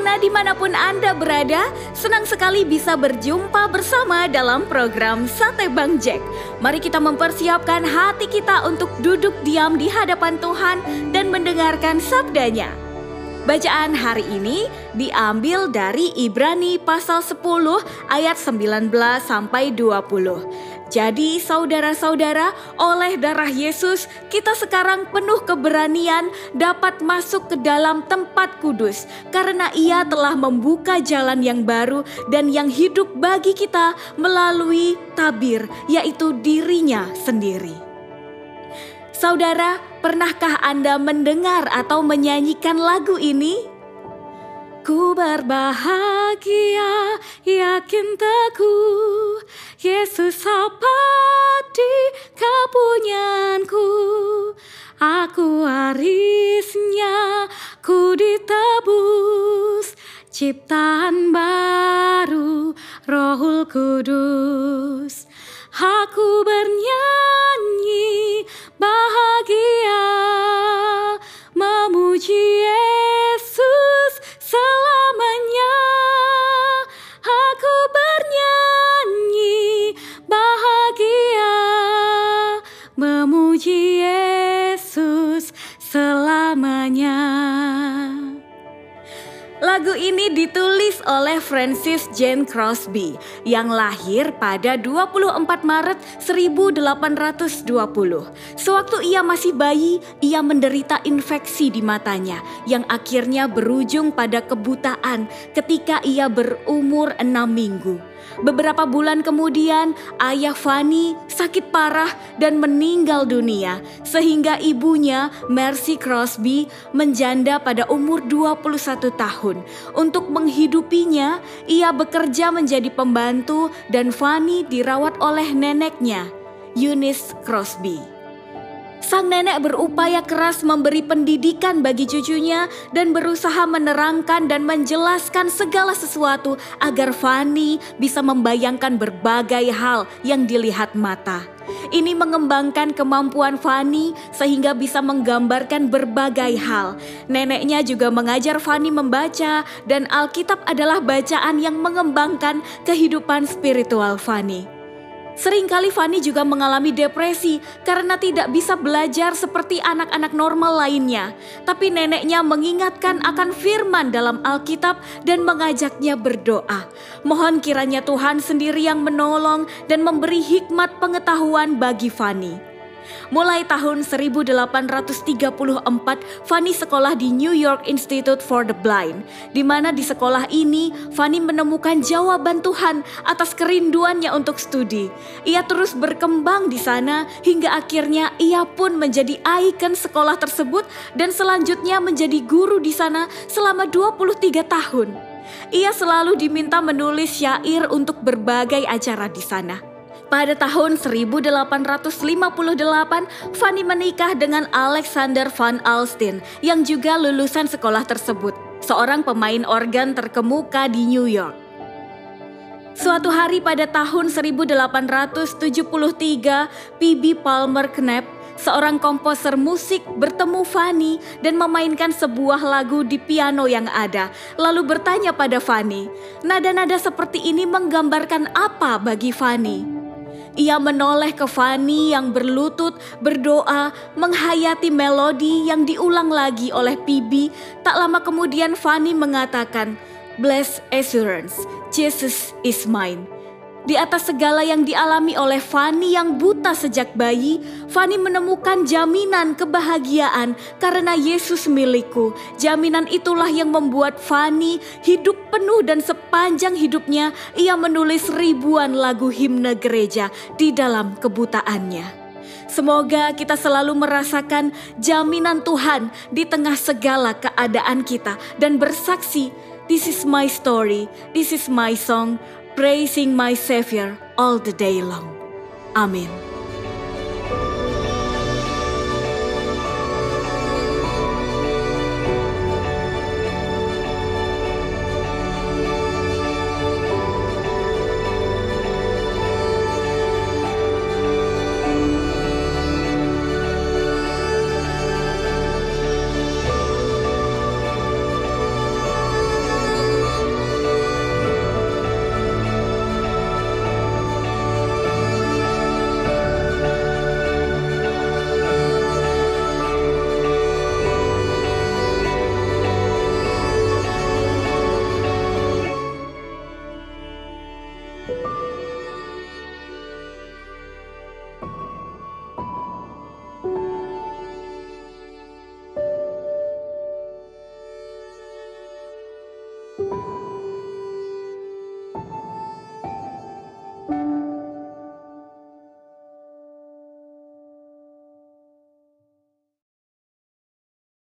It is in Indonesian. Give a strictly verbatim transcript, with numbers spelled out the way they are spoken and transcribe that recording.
Nah, dimanapun Anda berada, senang sekali bisa berjumpa bersama dalam program Sate Bang Jack. Mari kita mempersiapkan hati kita untuk duduk diam di hadapan Tuhan dan mendengarkan sabdanya. Bacaan hari ini diambil dari Ibrani pasal sepuluh ayat sembilan belas sampai dua puluh. Jadi saudara-saudara, oleh darah Yesus kita sekarang penuh keberanian dapat masuk ke dalam tempat kudus karena Ia telah membuka jalan yang baru dan yang hidup bagi kita melalui tabir, yaitu dirinya sendiri. Saudara, pernahkah Anda mendengar atau menyanyikan lagu ini? Ku berbahagia, yakin teguh, Yesus abadi kepunyaanku. Aku warisnya, ku ditebus, ciptaan baru, Rohul Kudus. Aku bernyanyi bahagia, memuji Yesus selamanya. Aku bernyanyi bahagia, memuji Yesus selamanya. Lagu ini ditulis oleh Francis Jane Crosby yang lahir pada dua puluh empat Maret seribu delapan ratus dua puluh. Sewaktu ia masih bayi, ia menderita infeksi di matanya yang akhirnya berujung pada kebutaan ketika ia berumur enam minggu. Beberapa bulan kemudian, ayah Fanny sakit parah dan meninggal dunia, sehingga ibunya, Mercy Crosby, menjanda pada umur dua puluh satu tahun. Untuk menghidupinya, ia bekerja menjadi pembantu dan Fanny dirawat oleh neneknya, Eunice Crosby. Sang nenek berupaya keras memberi pendidikan bagi cucunya dan berusaha menerangkan dan menjelaskan segala sesuatu agar Fanny bisa membayangkan berbagai hal yang dilihat mata. Ini mengembangkan kemampuan Fanny sehingga bisa menggambarkan berbagai hal. Neneknya juga mengajar Fanny membaca dan Alkitab adalah bacaan yang mengembangkan kehidupan spiritual Fanny. Seringkali Fanny juga mengalami depresi karena tidak bisa belajar seperti anak-anak normal lainnya. Tapi neneknya mengingatkan akan firman dalam Alkitab dan mengajaknya berdoa. Mohon kiranya Tuhan sendiri yang menolong dan memberi hikmat pengetahuan bagi Fanny. Mulai tahun seribu delapan ratus tiga puluh empat, Fanny sekolah di New York Institute for the Blind, di mana di sekolah ini Fanny menemukan jawaban Tuhan atas kerinduannya untuk studi. Ia terus berkembang di sana hingga akhirnya ia pun menjadi ikon sekolah tersebut dan selanjutnya menjadi guru di sana selama dua puluh tiga tahun. Ia selalu diminta menulis syair untuk berbagai acara di sana. Pada tahun seribu delapan ratus lima puluh delapan, Fanny menikah dengan Alexander Van Alstine yang juga lulusan sekolah tersebut, seorang pemain organ terkemuka di New York. Suatu hari pada tahun seribu delapan ratus tujuh puluh tiga, P B Palmer Knapp, seorang komposer musik, bertemu Fanny dan memainkan sebuah lagu di piano yang ada, lalu bertanya pada Fanny, nada-nada seperti ini menggambarkan apa bagi Fanny? Ia menoleh ke Fanny yang berlutut, berdoa, menghayati melodi yang diulang lagi oleh P B. Tak lama kemudian Fanny mengatakan, "Blessed assurance, Jesus is mine." Di atas segala yang dialami oleh Fanny yang buta sejak bayi, Fanny menemukan jaminan kebahagiaan karena Yesus milikku. Jaminan itulah yang membuat Fanny hidup penuh dan sepanjang hidupnya ia menulis ribuan lagu himne gereja di dalam kebutaannya. Semoga kita selalu merasakan jaminan Tuhan di tengah segala keadaan kita dan bersaksi, "This is my story, this is my song, praising my Savior all the day long." Amin.